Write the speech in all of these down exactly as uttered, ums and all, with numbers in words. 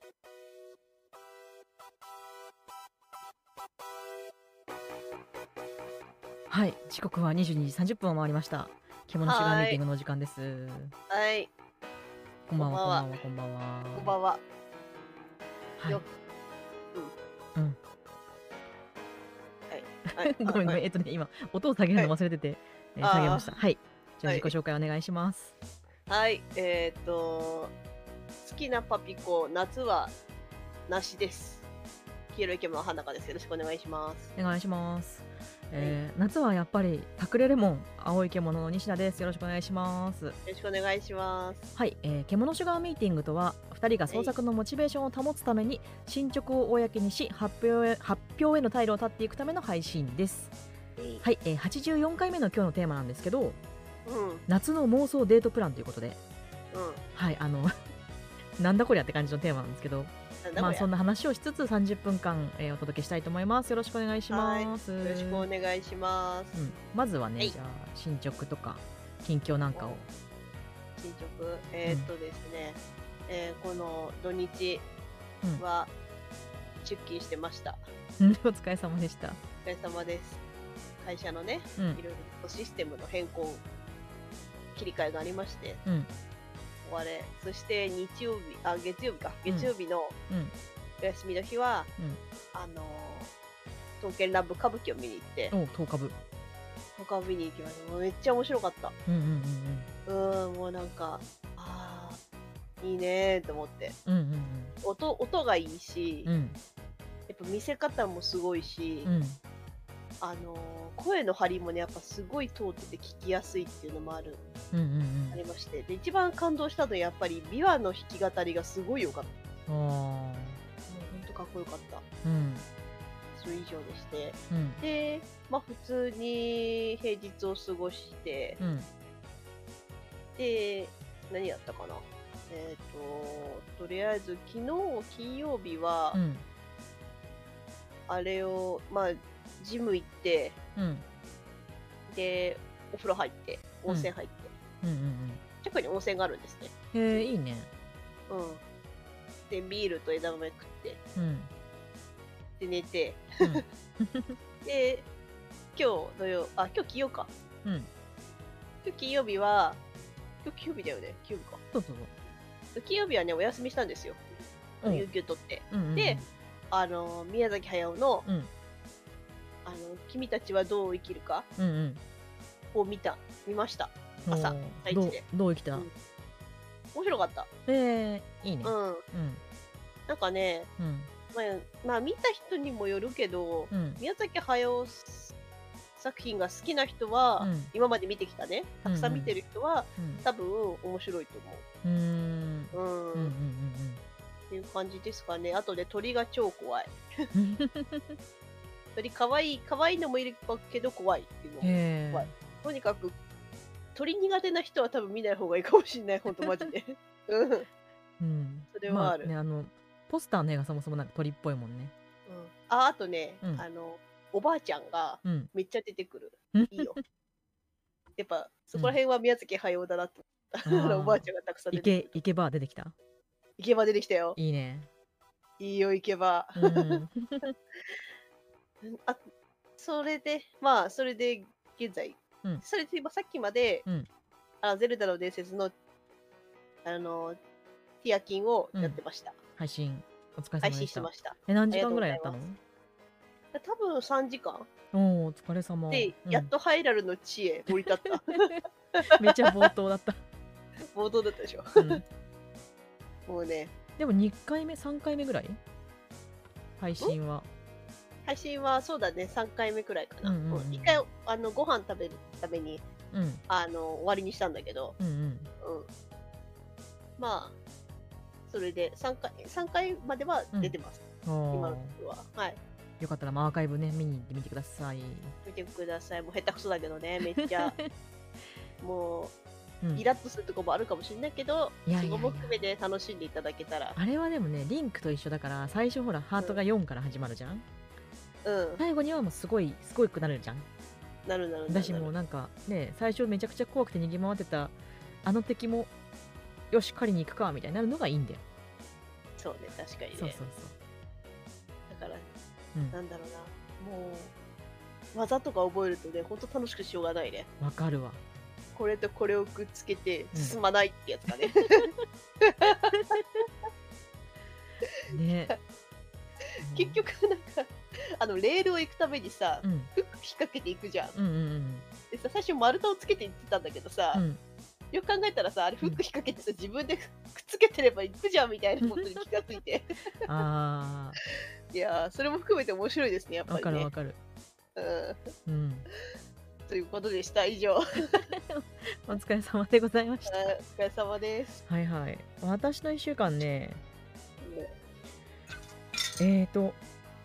はい、時刻はにじゅうにじさんじゅっぷんを回りました。獣シガーミーティングのお時間です。 はい。 こんばんは、こんこんばんはばんは、こんばんは。 こんばんは。 はい。 ようん。 はい。はい。 ごめんごめん、えっとね、今、音を下げるの忘れてて、えー下げました。はい。じゃあ自己紹介お願いします。 はい。えーっと、好きなパピコ、夏は梨です。黄色い獣花香です。よろしくお願いします。 お願いします。えー夏はやっぱり隠れレモン、青い獣の西田です。よろしくお願いします。 よろしくお願いします。 はい、えー、獣シュガーミーティングとはふたりが創作のモチベーションを保つために進捗を公にし発表へ発表への退路を断っていくための配信です。はい、えー、はちじゅうよんかいめの今日のテーマなんですけど、 うん、 夏の妄想デートプランということで、 うん、 はいあのなんだこりゃって感じのテーマなんですけど、まあそんな話をしつつさんじゅっぷんかん、えー、お届けしたいと思います。よろしくお願いします。 よろしくお願いします。 うん、まずはね、はい、じゃあ進捗とか近況なんかを。 進捗えー、っとですね、うん、えー、この土日は出勤してました。 うん、お疲れ様でした。 お疲れ様です。会社のね、うん、いろいろとシステムの変更切り替えがありまして、うん、終われ。そして日曜日あ月曜日か月曜日のお休みの日は、うん、あの刀剣乱舞歌舞伎を見に行って、 お刀歌舞刀歌舞見に行きました。もうめっちゃ面白かった。 うんうんうんうん、もうなんかあーいいねーと思って、 うんうんうん、 音音がいいし、うん、やっぱ見せ方もすごいし、うん、あのー、声の張りもねやっぱすごい通ってて聞きやすいっていうのもある、うんうんうん、ありまして、で一番感動したのはやっぱり琵琶の弾き語りがすごい良かった。もうほんとかっこよかった、うん、それ以上でして、うん、でまあ普通に平日を過ごして、うん、で何やったかな、えっ、ー、ととりあえず昨日金曜日は、うん、あれをまあジム行って、うん、でお風呂入って温泉入って、うんうんうんうん、近くに温泉があるんですね。 へえいいね。 うん。でビールと枝豆食って、うん、で寝て、うん、で今日土曜あ今日金曜か、うん、今日金曜日は今日金曜日だよね金曜日か。 そうそうそう。金曜日はねお休みしたんですよ。うん、有給取って、うんうんうん、であの宮崎駿の、うん、あの君たちはどう生きるか、うんうん、を見た見ました。朝最地でどう生きた、うん、 面白かった。 えー、いいね。 うん、うん、なんかね、うん、まあ、まあ見た人にもよるけど、うん、宮崎駿作品が好きな人は、うん、今まで見てきたねたくさん見てる人は、うん、多分面白いと思う。うんうんうんうんっていう感じですかね。あとで鳥が超怖い。鳥可愛い可愛いのもいるけど怖いっていうのも怖い。とにかく鳥苦手な人は多分見ない方がいいかもしれない。本当マジで。うん。うん。それはある。 まあね、あのポスターの絵がそもそもなんか鳥っぽいもんね。 うん。ああとね、うん、あのおばあちゃんがめっちゃ出てくる。うん、いいよ。やっぱそこら辺は宮崎駿だなと思った。うん、おばあちゃんがたくさん出てくる。 イケバー出てきた。 イケバー出てきたよ。 いいね。 いいよイケバー。うんあそれでまあそれで現在、うん、それでさっきまで、うん、あゼルダの伝説のあのティアキンをやってました。うん、 配信お疲れ様でした。 配信してました。 え何時間ぐらいやったの？ 多分さんじかん。 おお疲れ様。 で、うん、やっとハイラルの地へ降り立った。 めっちゃ冒頭だった。 冒頭だったでしょ。うん、もうね。 でもにかいめさんかいめぐらい配信は。 配信はそうだねさんかいめくらいかな。うんうんうん、いっかいあのご飯食べるために、うん、あの終わりにしたんだけど、うんうんうん、まあそれでさんかいさんかいまでは出てます。うん、今のところは。はい。 よかったらアーカイブね見に行ってみてください。 見てください。もう下手くそだけどねめっちゃもう、うん、イラッとするとこもあるかもしれないけど、そこも含めて楽しんでいただけたら。 あれはでもねリンクと一緒だから最初ほらハートがよんから始まるじゃん。うん、最後にはもうすごいすごいくなるじゃん。 なるなるなる。 私もなんかね最初めちゃくちゃ怖くて逃げ回ってたあの敵もよし狩りに行くかみたいになるのがいいんだよ。 そうね、確かにね。 そうそうそう。 だから、 うん。 なんだろうな、もう、技とか覚えるとね、ほんと楽しくしようがないね。 わかるわ。 これとこれをくっつけてうん。 進まないってやつかね。 ね。 結局なんか、あの、レールを行くためにさ、 うん。 フック引っ掛けていくじゃん。 うんうんうんうん。 でさ、最初丸太をつけていってたんだけどさ、 うん。 よく考えたらさ、あれフッうん。 ク引っ掛けてさ、自分でくっつけてればいくじゃんみたいなことに気がついて。 あいやー、それも含めて面白いですね、やっあ、わぱりね。 かるわかる。 うん。 うん。 ということでした。以上。はい、 お疲れ様でございました。 お疲れ様です。 はいはい。私のいっしゅうかんね、 もえーと、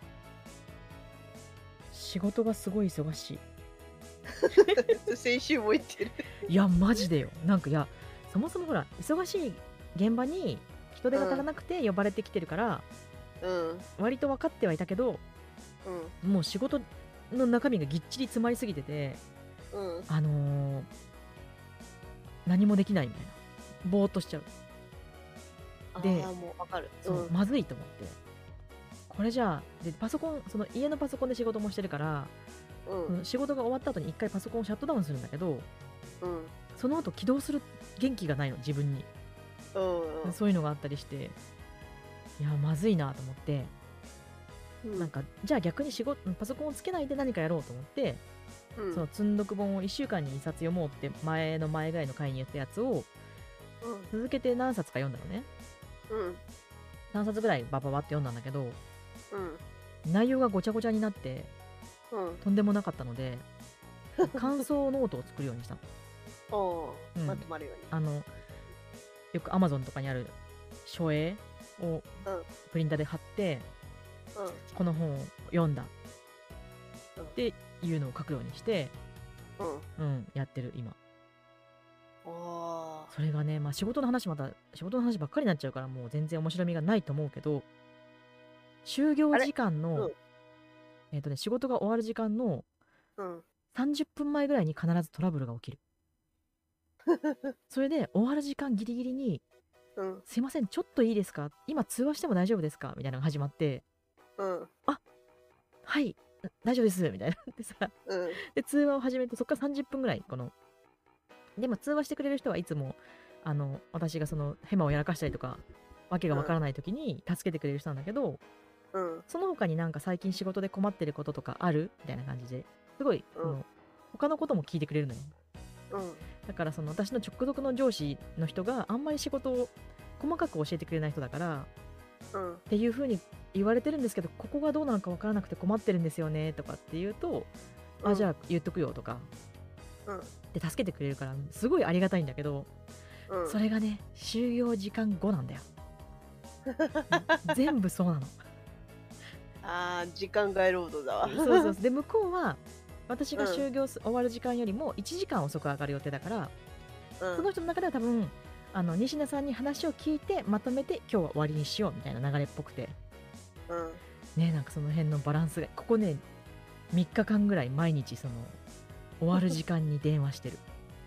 仕事がすごい忙しう先週も言ってる。 い。いや、マジでよ。なんか、いや、そもそもほら、忙しい現場に人手が足らなくて呼ばれてきてるから、 うん。 割と分かってはいたけど、 うん。 もう仕事の中身がぎっちり詰まりすぎてて、 うん。 あのー何もできないみたいな。ぼーっとしちゃう。でああ、もうわかる。 そう、 うん。 まずいと思って。これじゃあ、で、パソコン、その家のパソコンで仕事もしてるから、 うん。 その仕事が終わった後に一回パソコンをシャットダウンするんだけど、 うん。 その後起動する元気がないの、自分に。 うん。 そういうのがあったりして、いや、まずいなと思って、 うん。 なんか、じゃあ逆に仕事、パソコンをつけないで何かやろうと思って、 うん。 その積んどく本をいっしゅうかんにいっさつ読もうって前の前ぐらいの回に言ったやつをうん。 続けて何冊か読んだのね。 うん。 さんさつぐらいバババって読んだんだけど、 うん。 内容がごちゃごちゃになってうん。 とんでもなかったので、感想ノートを作るようにしたの。 おー、 うん。 まとまるように。 あの、よく Amazon とかにある書影をうん。 プリンターで貼って、 うん。 この本を読んだうんっていうのを書くようにして、 うん。 うん、やってる今。 おー。 それがね、まあ仕事の話また、仕事の話ばっかりになっちゃうからもう全然面白みがないと思うけど、就業あれ時間うの、 ん。 えっとね、仕事が終わる時間のうん。 さんじゅっぷんまえぐらいに必ずトラブルが起きる。それで終わる時間ギリギリに、 うん。 すいません、ちょっといいですか、今通話しても大丈夫ですかみたいなのが始まって、 うん。 あ、はい、大丈夫です、みたいな。でさ、 うん。 で、通話を始めて、そっからさんじゅっぷんぐらい、この、でも通話してくれる人はいつも、あの、私がその、ヘマをやらかしたりとか、わけがわからない時に助けてくれる人なんだけど、 うん。 その他になんか最近仕事で困ってることとかあるみたいな感じで、すごい、 うんその、他のことも聞いてくれるのよ。 うん。 だからその私の直属の上司の人があんまり仕事を細かく教えてくれない人だから、 うん。 っていう風に言われてるんですけど、ここがどうなのかわからなくて困ってるんですよねとかって言うと、あ、じゃあ言っとくよとか、 うん。 で助けてくれるから、すごいありがたいんだけど、 うん。 それがね、就業時間後なんだよ。全部そうなの。 あー、時間外労働だわ。 そうそうそう。で、向こうは、私がうん就業す、終わる時間よりもいちじかん遅く上がる予定だから、 うん。 その人の中では多分、あの、西名さんに話を聞いて、まとめて今日は終わりにしようみたいな流れっぽくて。 うん。 ね、なんかその辺のバランスが、ここね、みっかかんぐらい毎日その、終わる時間に電話してる。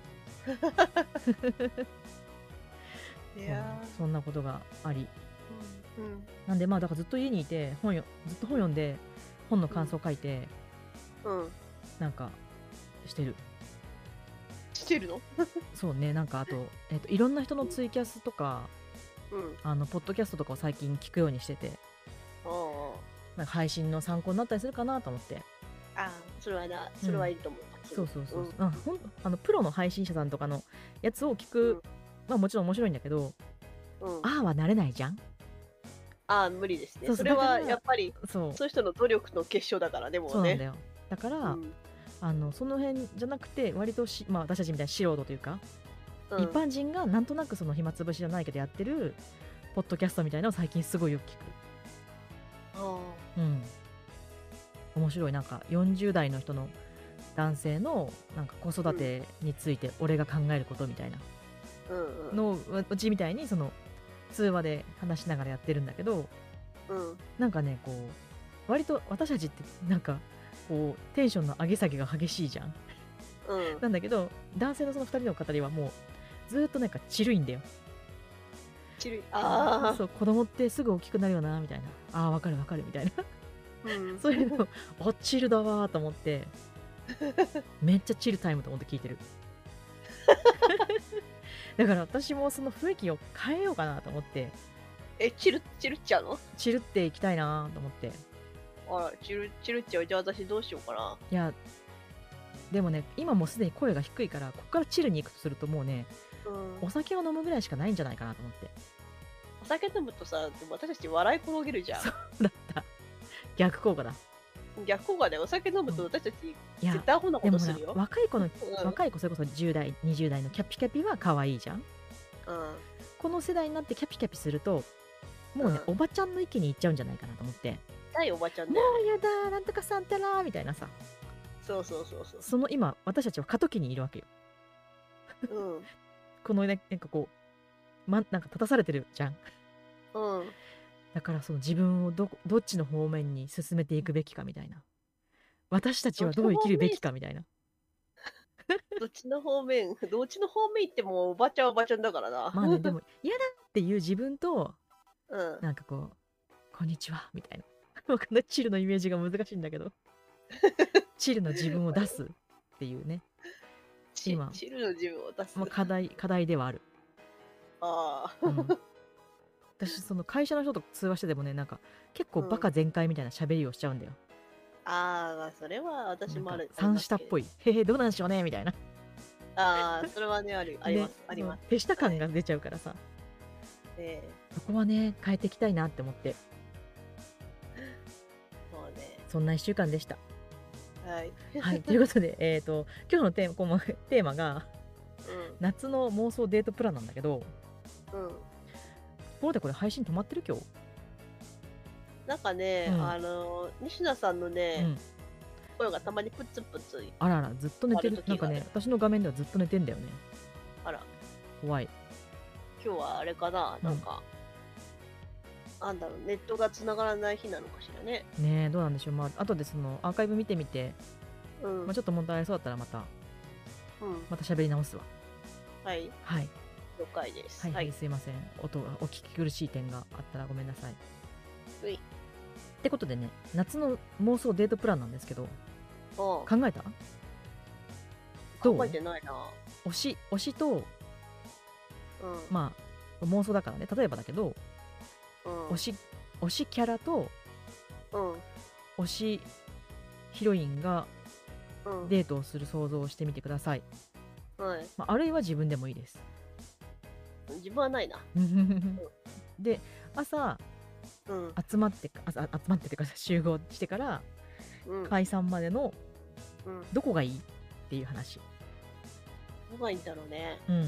いやうんそんなことがあり。 ー。うん。 なんでまあ、だからずっと家にいて、本よ、ずっと本読んで、本の感想書いて、 うん。 なんか、してる。 してるの？ そうね、なんかあと、えっと、いろんな人のツイキャスとか、 うん。 あの、ポッドキャストとかを最近聞くようにしてて、 あなんか配信の参考になったりするかなと思って。 あ。ああ、それはな、それはいいと思う。 そうそうそう。 んあほんあのプロの配信者さんとかのやつを聞く、まあもちろん面白いんだけど、 うん。 ああはなれないじゃん。 ああ、無理ですね。 そうそうそれはだからやっぱり、 そう、 そういう人の努力の結晶だからね、もうね。 そうなんだよ。だから、 うん。 あのその辺じゃなくて、割とし、まあ、私たちみたいな素人というか、 うん。 一般人がなんとなくその暇つぶしじゃないけどやってるポッドキャストみたいなのを最近すごいよく聞く。 あうん。面白い。なんかよんじゅう代の人の男性のなんか子育てについて俺が考えることみたいなあ。うんうん。 のをううちみたいにその通話で話しながらやってるんだけど、 うん。 なんかねこう割と私たちってなんかこうテンションの上げ下げが激しいじゃん。 うん。 なんだけど男性のそのふたりの語りはもうずーっとなんかチルいんだよ。 チル、あそう、子供ってすぐ大きくなるよなみたいな、ああわかるわかるみたいなあ、うん。 そういうのあチルだわーと思ってめっちゃチルタイムと思って聞いてるだから私もその雰囲気を変えようかなと思ってえ、チル、チルっちゃうの？ チルっていきたいなと思って。 あら、チル、チルっちゃう。じゃあ私どうしようかな。 いやでもね今もうすでに声が低いからここからチルに行くとするともうね、 うん、 お酒を飲むぐらいしかないんじゃないかなと思って。 お酒飲むとさ、でも私たち笑い転げるじゃん。 そうだった逆効果だ。 逆効果でお酒飲むと私たちいや絶対アホなこでもほらとするよ。 若い子の、 うん、 若い子それこそじゅう代にじゅう代のキャピキャピは可愛いじゃん。 うん、 この世代になってキャピキャピするともうね、 うんおばちゃんの域に行っちゃうんじゃないかなと思って。 痛いおばちゃんもだよね。 うやだーなんとかさんたらーみたいなさ、 そうそうそうそう。 その今私たちは過渡期にいるわけよ。 うん。 このねなんかこう、ま、なんか立たされてるじゃん。 うん。 だからその自分をどどっちの方面に進めていくべきかみたいな、私たちはどう生きるべきかみたいな。 どっちの方面、どっちの方面行ってもおばちゃんはおばちゃんだからな。 まあねでも嫌だっていう自分とうん。 なんかこうこんにちはみたいなわかんないチルのイメージが難しいんだけどチルの自分を出すっていうねチ今チルの自分を出す。 まあ課題課題ではある。 ああ。 うん私その会社の人と通話しててもねなんか結構うんバカ全開みたいな喋りをしちゃうんだよ。 ああ、まあそれは私なんかもある。あり三ますけど。 下っぽいへへどうなんでしょうねみたいなああ、それはね、ある、ありまねす、あります。 手下感が出ちゃうからさ、 ええそこはね変えていきたいなって思ってそうね。 そんないっしゅうかんでした。 はい。 はいということでえっ、と今日のテーマこのテーマがう夏の妄想デートプランなんだけど、 ん。うん。 ところでこれ配信止まってる今日。 なんかね、 うんあの、西野さんのうね、 ん、 声がたまにプツプツ、 あらあらずっと寝てる。なんかある時があるね私の画面ではずっと寝てんだよね。 あら、 怖い。 今日はあれかな、なんか、なんだろう、ネットが繋がらない日なのかしらね。 ねえどうなんでしょう。まあ後でそのアーカイブ見てみて、 うん。 まあ、ちょっと問題ありそうだったらまたうん。 また喋り直すわ。 はい、 はい了解です。 はい、は、 はいい。 すいません。音がお聞き苦しい点があったらごめんなさい。 うい。 ってことでね、夏の妄想デートプランなんですけど、 あ考えた？どう考えてないな。 推し、推しと、 うん。 まあ、妄想だからね、例えばだけど、 うん。 推し、推しキャラとうん。 推しヒロインがうん。 デートをする想像をしてみてください。 はい。 まあ、あるいは自分でもいいです。 自分はないな。 で、朝うん。 集まってか、朝集まってってか集合してからうん。 解散までのうん。 どこがいいっていう話。 どこがいいんだろうね。 うん。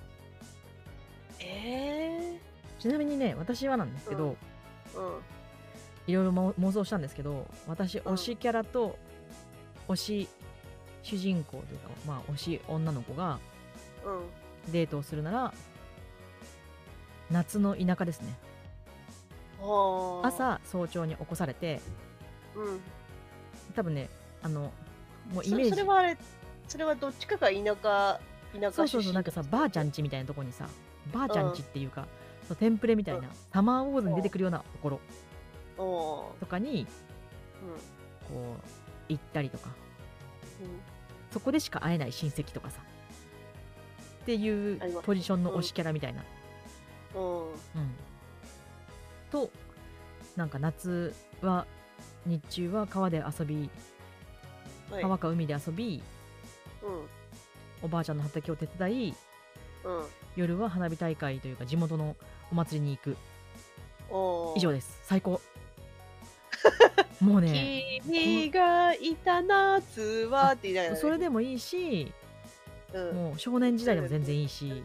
ええちなみにね、私はなんですけど、 ー。うん。 いろいろも妄想したんですけど、私、 うん推しキャラと推し主人公というか、まあ、推し女の子がうん。 デートをするなら、夏の田舎ですね。 はあ。 朝、早朝に起こされて、 うん。 多分ね、あの、もうイそメージ。 それはあれ、それはどっちかが田舎、田舎そうそうそう、 出身なんかさ、ばあちゃん家みたいなとこにさ、ばあちゃん家っていうか、そうテンプレみたいな、サマーウォーズに出てくるようなところおーとかに、 うん。 こう、行ったりとか、 うん。 そこでしか会えない親戚とかさ、っていうありますポジションの推しキャラみたいな。 うん。 うん。と、なんか夏は、日中は川で遊び、 はい。 川か海で遊び、 うん。 おばあちゃんの畑を手伝い、 うん。 夜は花火大会というか地元のお祭りに行く。 おー以上です。最高。もうね、 君がいた夏はって言いながらねそれでもいいし、 うん。 もう少年時代でも全然いいし、い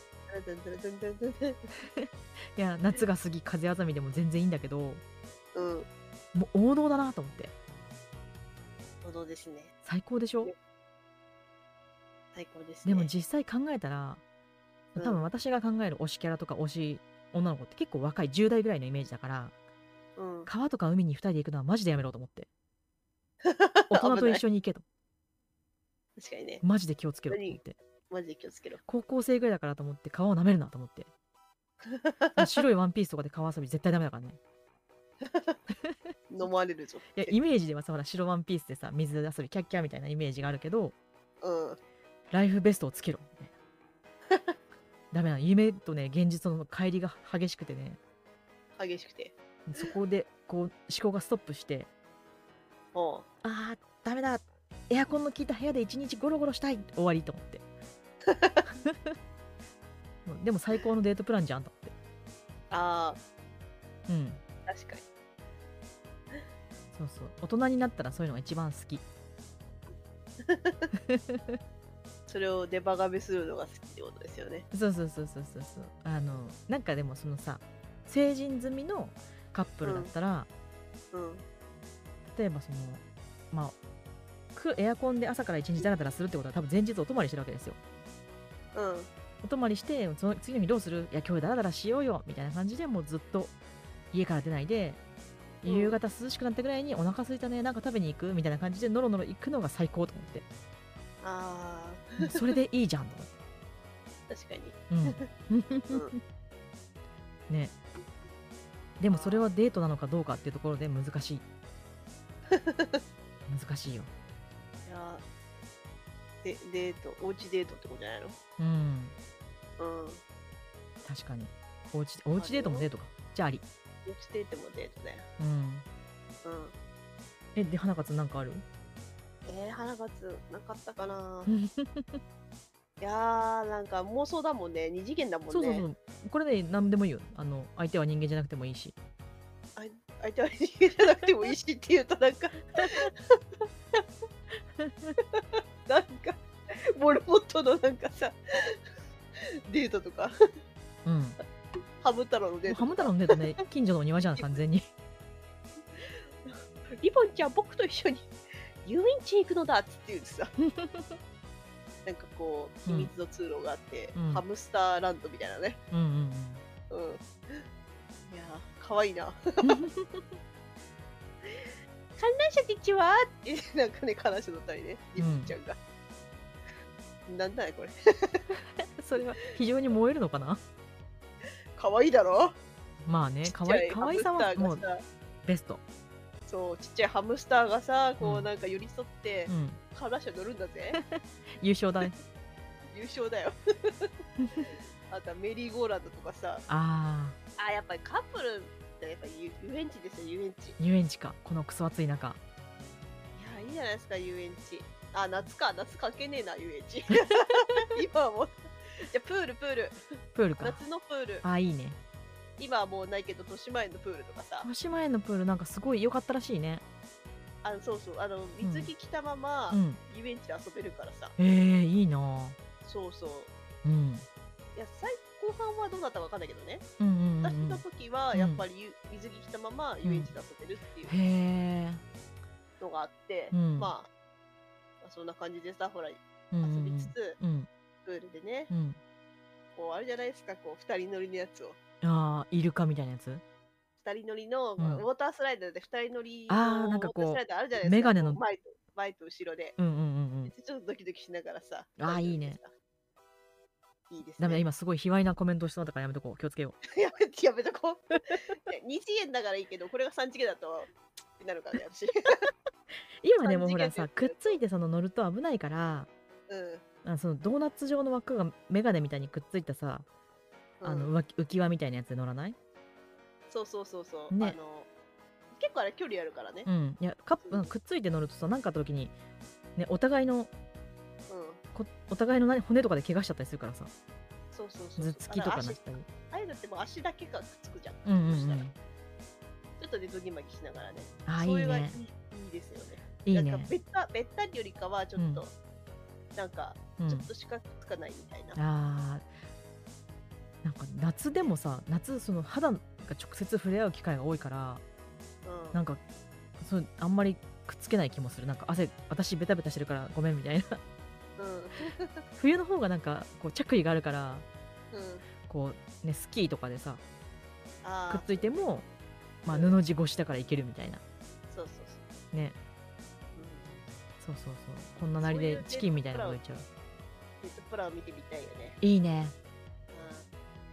や、夏が過ぎ風あざみでも全然いいんだけど、 うん。 もう王道だなと思って。 王道ですね。 最高でしょ？ 最高ですね。 でも実際考えたら、多分私が考える推しキャラとか推し女の子って結構若いじゅう代ぐらいのイメージだから、 うん。 川とか海にふたりで行くのはマジでやめろと思って。大人と一緒に行けと。 確かにね。 マジで気をつけろと思って。 マジで気をつけろ。 高校生ぐらいだからと思って川を舐めるなと思って。 白いワンピースとかで川遊び絶対ダメだからね。 飲まれるぞ。 いや、イメージではさ、ほら、白ワンピースでさ、水遊び、キャッキャみたいなイメージがあるけど、 うん。 ライフベストをつけろ。みたいな。ダメなの。夢とね、現実の乖離が激しくてね、 激しくて。 そこで、こう、思考がストップして、 おう。 あー、ダメだ。エアコンの効いた部屋で一日ゴロゴロしたい。終わりと思って。もうでも最高のデートプランじゃんと思って。 あうん。 あ、確かに。 そうそう。大人になったらそういうのが一番好き。 それをデバガメするのが好きってことですよね。 そうそうそうそうそうそう。あの、なんかでもそのさ、成人済みのカップルだったら、 うん。 例えばその、まあ、くエアコンで朝から一日ダラダラするってことは多分前日お泊まりしてるわけですよ。 うん。 お泊まりして、その次の日どうする？いや、今日ダラダラしようよみたいな感じでもうずっと家から出ないで、 うん夕方涼しくなったぐらいにお腹空いたね、なんか食べに行くみたいな感じでノロノロ行くのが最高と思って。 あうんそれでいいじゃんと思って。 あ、確かに。 うん。 うん。 ね。でもそれはデートなのかどうかっていうところで難しい。難しいよ。 いやで、デート、おうちデートってことじゃないの？ うん。 うん。 確かに。おうち、おうちデートもデートか。じゃああり。 おうちデートもデートだよ。 うん。 うん。 え、で、花勝なんかある？ えー、花勝なかったかな。いやー、なんか妄想だもんね。二次元だもんね。 そうそうそう。これね、何でもいいよ。あの、相手は人間じゃなくてもいいし。 あ相手は人間じゃなくてもいいしっていうとなんかなんかモルモットのなんかさデートとかうん。 ハム太郎のデートとかハム太郎のデートね、近所のお庭じゃん、完全に。 リボンちゃん僕と一緒に遊園地行くのだっつって言うさなんかこう秘密の通路があって、 うんハムスターランドみたいなね。 うんうんうんいやーかわいいな観覧車ってちはってなんかね悲しのたりねリボンちゃんが、なんだねこれうん。それは非常に燃えるのかな？ かわいいだろ。 まあね、かわいかわいさはもうベスト。 そうちっちゃいハムスターがさこううんなんか寄り添ってうん。 観覧車乗るんだぜ優勝だね。 優勝だよあとはメリーゴーランドとかさああやっぱりカップルってやっぱり遊遊園地ですよ遊園地。いー、遊園地か。このクソ暑い中。 やいいじゃないですか遊園地。あ夏か夏関係ねえな遊園地今はもうじゃあプールプールプールか。 夏のプールあー、いいね。 今はもうないけど豊島園のプールとかさ豊島園のプールなんかすごい良かったらしいね。 あのそうそうあの水着着たままうん。 遊園地で遊べるからさ、 えー、いいなぁ。 そうそううん。 いや最後半はどうだったかわかんないけどね、 うんうんうん、 私の時はやっぱりゆ、水着着たまま遊園地で遊べるっていうへのがあって、 うんまあ、まあそんな感じでさほら遊ー。うんびつつ、 うんプールでね、 うん。 こうあれじゃないですかこう二人乗りのやつをああ、イルカみたいなやつ？ 二人乗りの、 うんウォータースライダーで二人乗りあーのなんかこうウォータースライダーあるじゃないですか。 メガネのこう前と前と後ろで、 うんうんうんうん。 ちょっとドキドキしながらさ。 あーいいね。 いいですね。 ダメだ、今すごい卑猥なコメントしそうだからやめとこう。気をつけよやめてやめとこう。二次元だからいいけど、これが三次元だとってなるからね、私。 う。今でもほらさ、 三次元くっついてその乗ると危ないから、 うん。 あそのドーナツ状の輪っかがメガネみたいにくっついたさ、 うんあの浮き浮き輪みたいなやつで乗らない？ そうそうそうそう。 ねあの結構あれ距離あるからね。 うん。いやカップ、うんくっついて乗るとさ、なんかあった時に、ね、お互いのうん。 こお互いの何骨とかで怪我しちゃったりするからさ、 そうそうそう。 頭突きとかな足したり。 ああいうのってもう足だけがくっつくじゃん。 うんうんうそしたらん。 ちょっとねドギマギしながらね。 あーそれがいいいいね。 いいですよね。 いいねなんかべったべったりよりかはちょっと、なんかうんちょっとしかくっつかないみたいな。 あーなんか夏でもさ、夏その肌が直接触れ合う機会が多いからうん。 なんかそうあんまりくっつけない気もする。なんか汗私ベタベタしてるからごめんみたいな。 うん。 冬の方がなんかこう着衣があるからうん。 こうねスキーとかでさああ。 くっついてもまあうん布地越しだからいけるみたいなそうそうそう。 ね。 うん。 そうそうそう。こんななりでチキンみたいなこと言っちゃう。 デートプランを見てみたいよね。 いいね。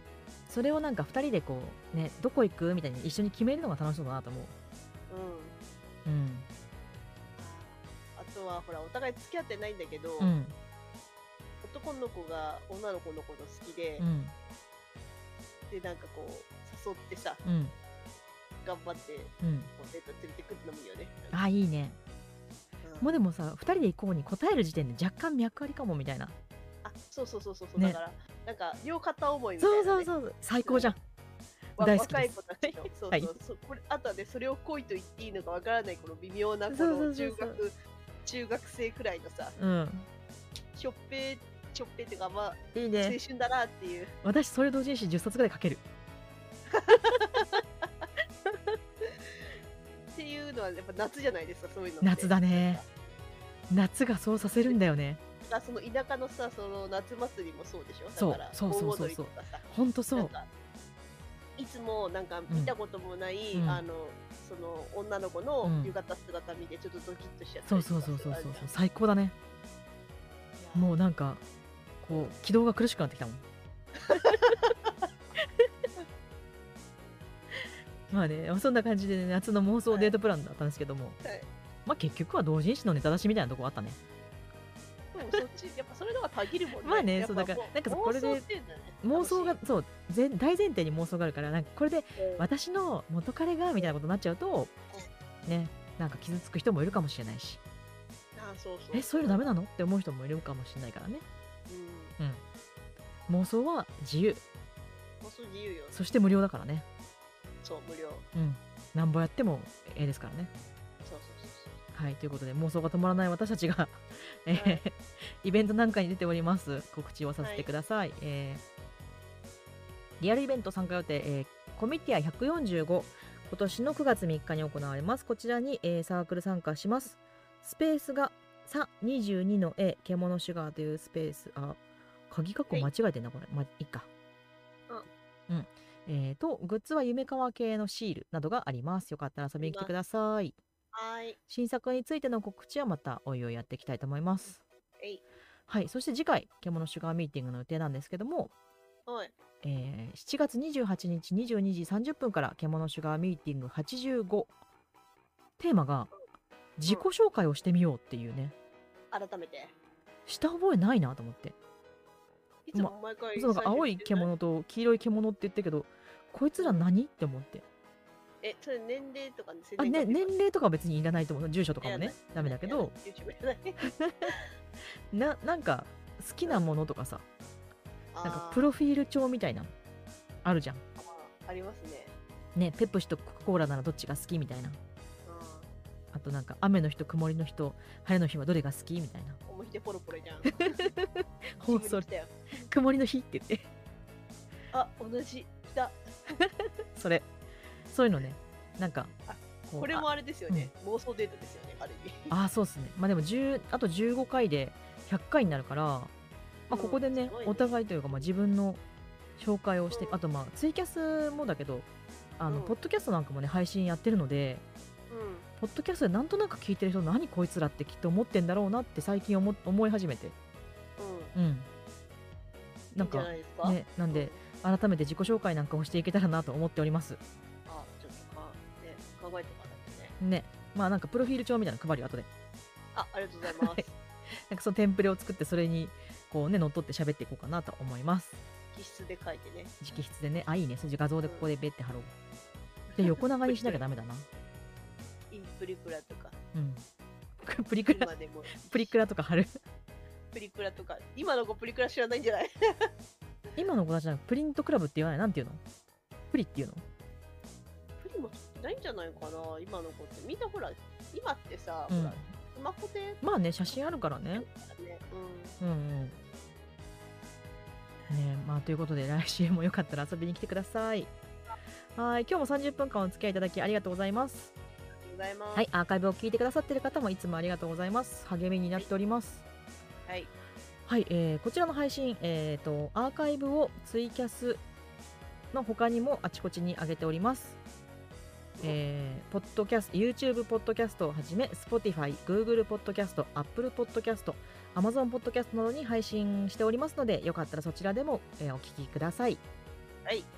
それをなんかふたりでこうね、どこ行くみたいに一緒に決めるのが楽しそうだなと思う。うん。うん。 あとはほらお互い付き合ってないんだけど、 うん。 男の子が女の子のこと好きで、 うん。 でなんかこう誘ってさ、 うん。 頑張ってうん。 こうデート連れてくるのもいいよね。 あ、いいね。 うん、 もうでもさ、ふたりで行こうに答える時点で若干脈ありかもみたいな。 あ、そうそうそうそうそう、 ね、 だからなんか両片思いみたいな、ね、 そうそうそう、最高じゃん。 うん、 大好きです。 若い子たちの、そうそう、はい、そこれあとはね、それを恋と言っていいのかわからないこの微妙なこの中学中学生くらいのさ、 うん、 しょっぺーしょっぺーってかまあいいね、 青春だなっていう。 私それ同人誌じゅっさつぐらい書ける。 っていうのはやっぱ夏じゃないですか、そういうのって。 夏だね。夏がそうさせるんだよね。 その田舎のさ、その夏祭りもそうでしょ。 そうそうそうそうそう。本当そう。 いつもなんか見たこともない、うん、あのその女の子の浴衣姿見てちょっとドキッとしちゃった、うん、そうそうそうそうそう、 最高だね。もうなんかこう軌道が苦しくなってきたもん。まあね、そんな感じで、ね、夏の妄想デートプランだったんですけども、はいはい、まあ結局は同人誌のネタ出しみたいなとこあったね。 でもそっちやっぱそれのがたぎるもんね。 まあね、そうだからなんかこれで妄想がそう大前提に妄想があるから、なんかこれで私の元彼がみたいなことになっちゃうと、うん、ね、なんか傷つく人もいるかもしれないし、 あ、そうそう、 え、そういうのダメなのって思う人もいるかもしれないからね。うん、うん、妄想は自由。 妄想自由よ。 そして無料だからね。 そう、無料。 うん、なんぼやってもええですからね。そうそうそうそう。はい、ということで妄想が止まらない私たちが、えーはい、イベントなんかに出ております。告知をさせてください。はい、えー、リアルイベント参加予定、えー、コミティアひゃくよんじゅうご、今年のくがつみっかに行われます。こちらに、えー、サークル参加します。スペースがさにじゅうにの A 獣シュガーというスペース、あ、鍵括弧間違えてんな、これ。まあ、いいか。うん。うんえー、とグッズは夢川系のシールなどがあります。よかったら遊びに来てください。 はい。 新作についての告知はまたおいおいやっていきたいと思います。はい。そして次回獣シュガーミーティングの予定なんですけども、はい、えー、しちがつにじゅうはちにちにじゅうにじさんじゅっぷんから獣シュガーミーティングはちじゅうご、テーマが自己紹介をしてみようっていうね、 うん、改めてした覚えないなと思って。いつも毎回、ま、そう青い獣と黄色い獣って言ってるけど、こいつら何って思って。 え、それ年齢とかね、 あ、ね、年齢とかは別にいらないと思う。住所とかもね、ダメだけど。な、なんか好きなものとかさ、なんかプロフィール帳みたいなあるじゃん。 あ, ありますね。 ね、ペプシとコカ・コーラならどっちが好きみたいな。あとなんか雨の日と曇りの日と晴れの日はどれが好きみたいな。 思い出ポロポロじゃん。 放送曇りの日って言って。 あ、同じだ。 それそういうのね、なんかこ, これもあれですよね、うん、妄想デートですよね、ある意味。 ああ、そうっすね。まあでもじゅうあとじゅうごかいでひゃっかいになるから、まあ、ここで ね,、うん、ねお互いというか、まあ、自分の紹介をして、うん、あとまあツイキャスもだけど、あの、うん、ポッドキャストなんかもね配信やってるので、うん、ポッドキャストでなんとなく聞いてる人、何こいつらってきっと思ってんだろうなって最近 思, 思い始めて、うん、うん、なんかね、なんで、うん、改めて自己紹介なんかをしていけたらなと思っております。 あ、ちょっとか、ね、考えとかだってね。ね、まあなんかプロフィール帳みたいなの配るよ後で。 あ、ありがとうございます。 なんかそのテンプレを作ってそれにこうね乗っ取って喋っていこうかなと思います。 直筆で書いてね。 直筆でね、あ、いいね。それ画像でここでベッて貼ろう。うん、で横長にしなきゃダメだな。 インプリクラとか。 うん。プリクラ。プリクラとか貼る。 プリクラとか。今の子プリクラ知らないんじゃない？ 今の子たちなんかプリントクラブって言わない？なんていうの？プリっていうの？ プリもないんじゃないかな、今の子って。みんなほら、今ってさ、うん、ほら、スマホで。 まあね、写真あるからね。ね、うん。うんうん。ね、まあということで来週もよかったら遊びに来てください。はい、今日もさんじゅっぷんかんお付き合いいただきありがとうございます。 ありがとうございます。 はい、アーカイブを聞いてくださっている方もいつもありがとうございます。励みになっております。 はい。はいはい、えー、こちらの配信、えーと、アーカイブをツイキャスの他にもあちこちに上げております。えー、ポッドキャスト、YouTube ポッドキャストをはじめ、Spotify、Google ポッドキャスト、Apple ポッドキャスト、Amazon ポッドキャストなどに配信しておりますので、よかったらそちらでも、えー、お聞きください。 はい。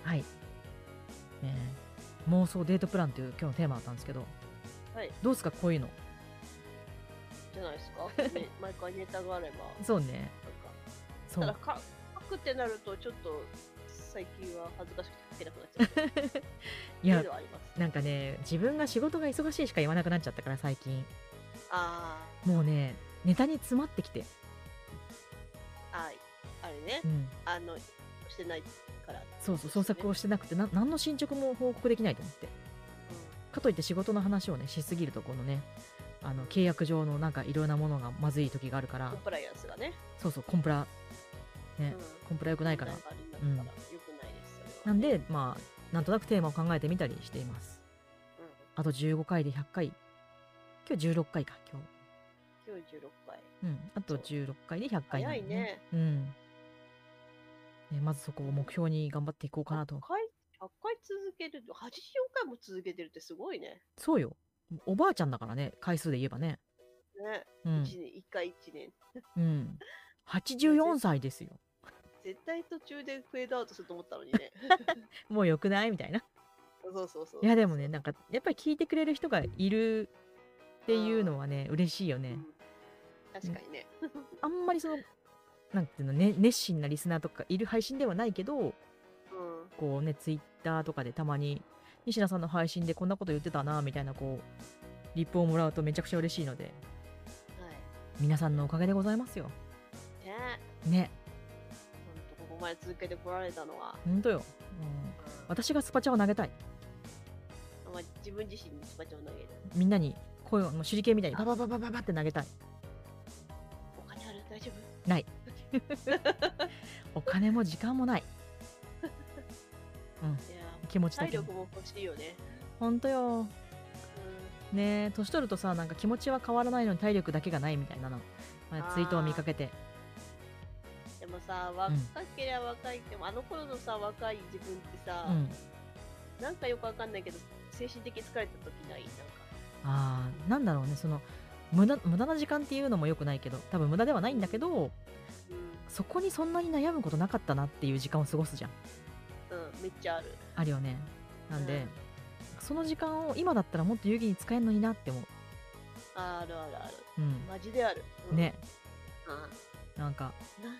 はい、えー、妄想デートプランという今日のテーマだったんですけど、 はい。 どうですかこういうの。 じゃないですか。ね、毎回ネタがあれば。 そうね。 なんかそう。 ただか書くってなるとちょっと最近は恥ずかしくて書けなくなっちゃう。 いや、 っていうのはあります。 なんかね、自分が仕事が忙しいしか言わなくなっちゃったから最近。 あもうね、ネタに詰まってきて。 あ、はい。あれね。 うん。 あの、してないから、 そうそう、創作をしてなくて、な何の進捗も報告できないと思って。かといって仕事の話をね、しすぎるとこのね、あの契約上のなんかいろんなものがまずい時があるから。 コンプライアンスがね。 そうそう、コンプラ。ね、 うん、 コンプラ良くないから。 問題がありますから、良くないです、それはね。 なんで、まあ、なんとなくテーマを考えてみたりしています。 うん。 あとじゅうごかいでひゃっかい。今日じゅうろっかいか、今日。 今日じゅうろっかい。 うん。あとじゅうろっかいでひゃっかいなんでね。 早いね。 うん。ね、まずそこを目標に頑張っていこうかなと。 ひゃっかい、ひゃっかい続けると、はちじゅうよんかいも続けてるってすごいね。 そうよ。おばあちゃんだからね、回数で言えばね。 ね。 うん。 いちねん、いっかいいちねん。 うん。はちじゅうよんさいですよ。 絶対途中でフェードアウトすると思ったのにね。 もう良くないみたいな。 そうそうそうそう。 いやでもね、なんかやっぱり聞いてくれる人がいるっていうのはね、嬉しいよね。 うん、確かにね。 あんまりその、なんていうのね、熱心なリスナーとかいる配信ではないけど、うん、こうね、ツイッターとかでたまに、西田さんの配信でこんなこと言ってたな、みたいな、こう、リップをもらうとめちゃくちゃ嬉しいので、はい、皆さんのおかげでございますよ。ね。ね。 ほんと、ここまで続けてこられたのは。 ほんとよ。うん、私がスパチャを投げたい。 まあ、自分自身にスパチャを投げる。 みんなに声を、もう手裏剣みたいにババババババって投げたい。 お金ある？大丈夫？ ない。お金も時間もない。うん。気持ちだけ。 体力も欲しいよね。 ほんとよ。うん、ねえ、年取るとさ、なんか気持ちは変わらないのに体力だけがないみたいなの、まあ、ツイートを見かけて。 でもさ、若ければ若いっても、うん、あの頃のさ、若い自分ってさ、うん、なんかよくわかんないけど、精神的に疲れた時ない？なんか。 ああ、なんだろうね、その無駄、無駄な時間っていうのもよくないけど、多分無駄ではないんだけど、うん、そこにそんなに悩むことなかったなっていう時間を過ごすじゃん。 うん、めっちゃある。 あるよね。なんで、うん、その時間を今だったらもっと有意義に使えるのになって思う。 あるあるある。 うん。 マジである。 うん、ね。 うん。 なんか、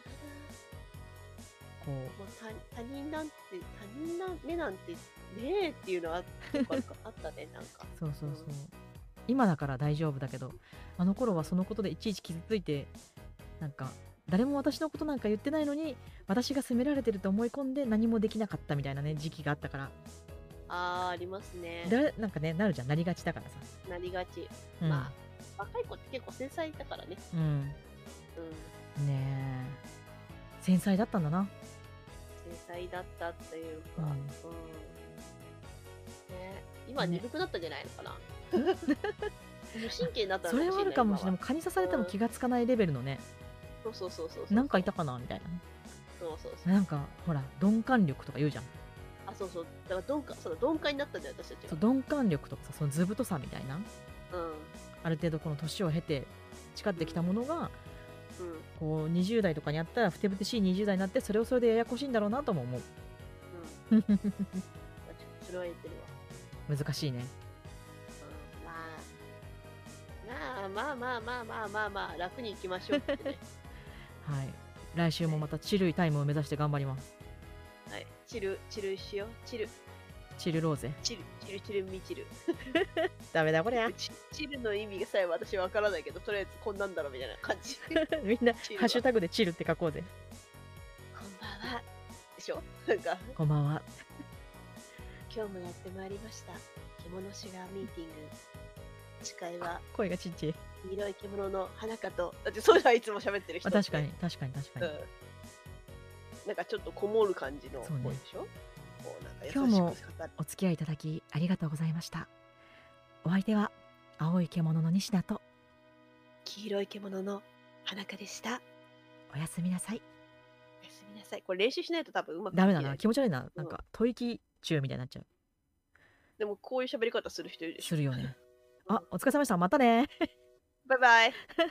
こう。 もう他、他人なんて、他人な目なんてねえっていうのはあったね、なんか。 そうそうそう。うん、今だから大丈夫だけど、あの頃はそのことでいちいち傷ついて、なんか、誰も私のことなんか言ってないのに、私が責められてると思い込んで何もできなかったみたいなね、時期があったから。 あー、ありますね。 だなんかね、なるじゃん、なりがちだからさ。 なりがち。うん、まあ、若い子って結構繊細だからね。 うん。うん。ねえ。繊細だったんだな。 繊細だったっていうか、うん。うん、ね、今鈍くなったんじゃないのかな。ね、無神経になったのかもしれない。 それはあるかもしれない。蚊に刺されても気がつかないレベルのね。 そうそうそうそう。 なんかいたかなみたいな。 そうそうそう。 なんかほら鈍感力とか言うじゃん。 あ、そうそう。だから鈍感、そうだ、鈍感になったんだよ私たちは。 そう、鈍感力とかさ、その図太さみたいな。うん。ある程度この年を経て培ってきたものが、うん、こうにじゅう代とかにあったらふてぶてしいにじゅう代になってそれをそれでややこしいんだろうなとも思う。うん。 それは言ってるわ。難しいね。 まあまあまあまあまあまあまあ楽にいきましょうってね。 はい。来週もまたチルいタイムを目指して頑張ります。 はい。チルチルしよう。チル。 チルローゼ。 チルチルチルミチル。 ダメだこれや。 チ, チルの意味がさえ私わからないけど、とりあえずこんなんだろうみたいな感じ。 みんなハッシュタグでチルって書こうぜ。 こんばんは。でしょ。なんか。 こんばんは。 今日もやってまいりました。獣シュガーミーティング。司会は声がちっちゃい黄色い獣の花かと。だってそういうのはいつも喋ってる人、 ね、確かに確かに確かに、うん、 なんかちょっとこもる感じの声でしょ、ね、こうなんか優しく語る。 今日もお付き合いいただきありがとうございました。お相手は青い獣の西田と黄色い獣の花かでした。 おやすみなさい。 おやすみなさい。これ練習しないと多分うまくダメだな。気持ち悪いな、うん、なんか吐息中みたいになっちゃう。 でもこういう喋り方する人いるでしょ。 するよね。あ、お疲れ様でした。またね。 バイバイ。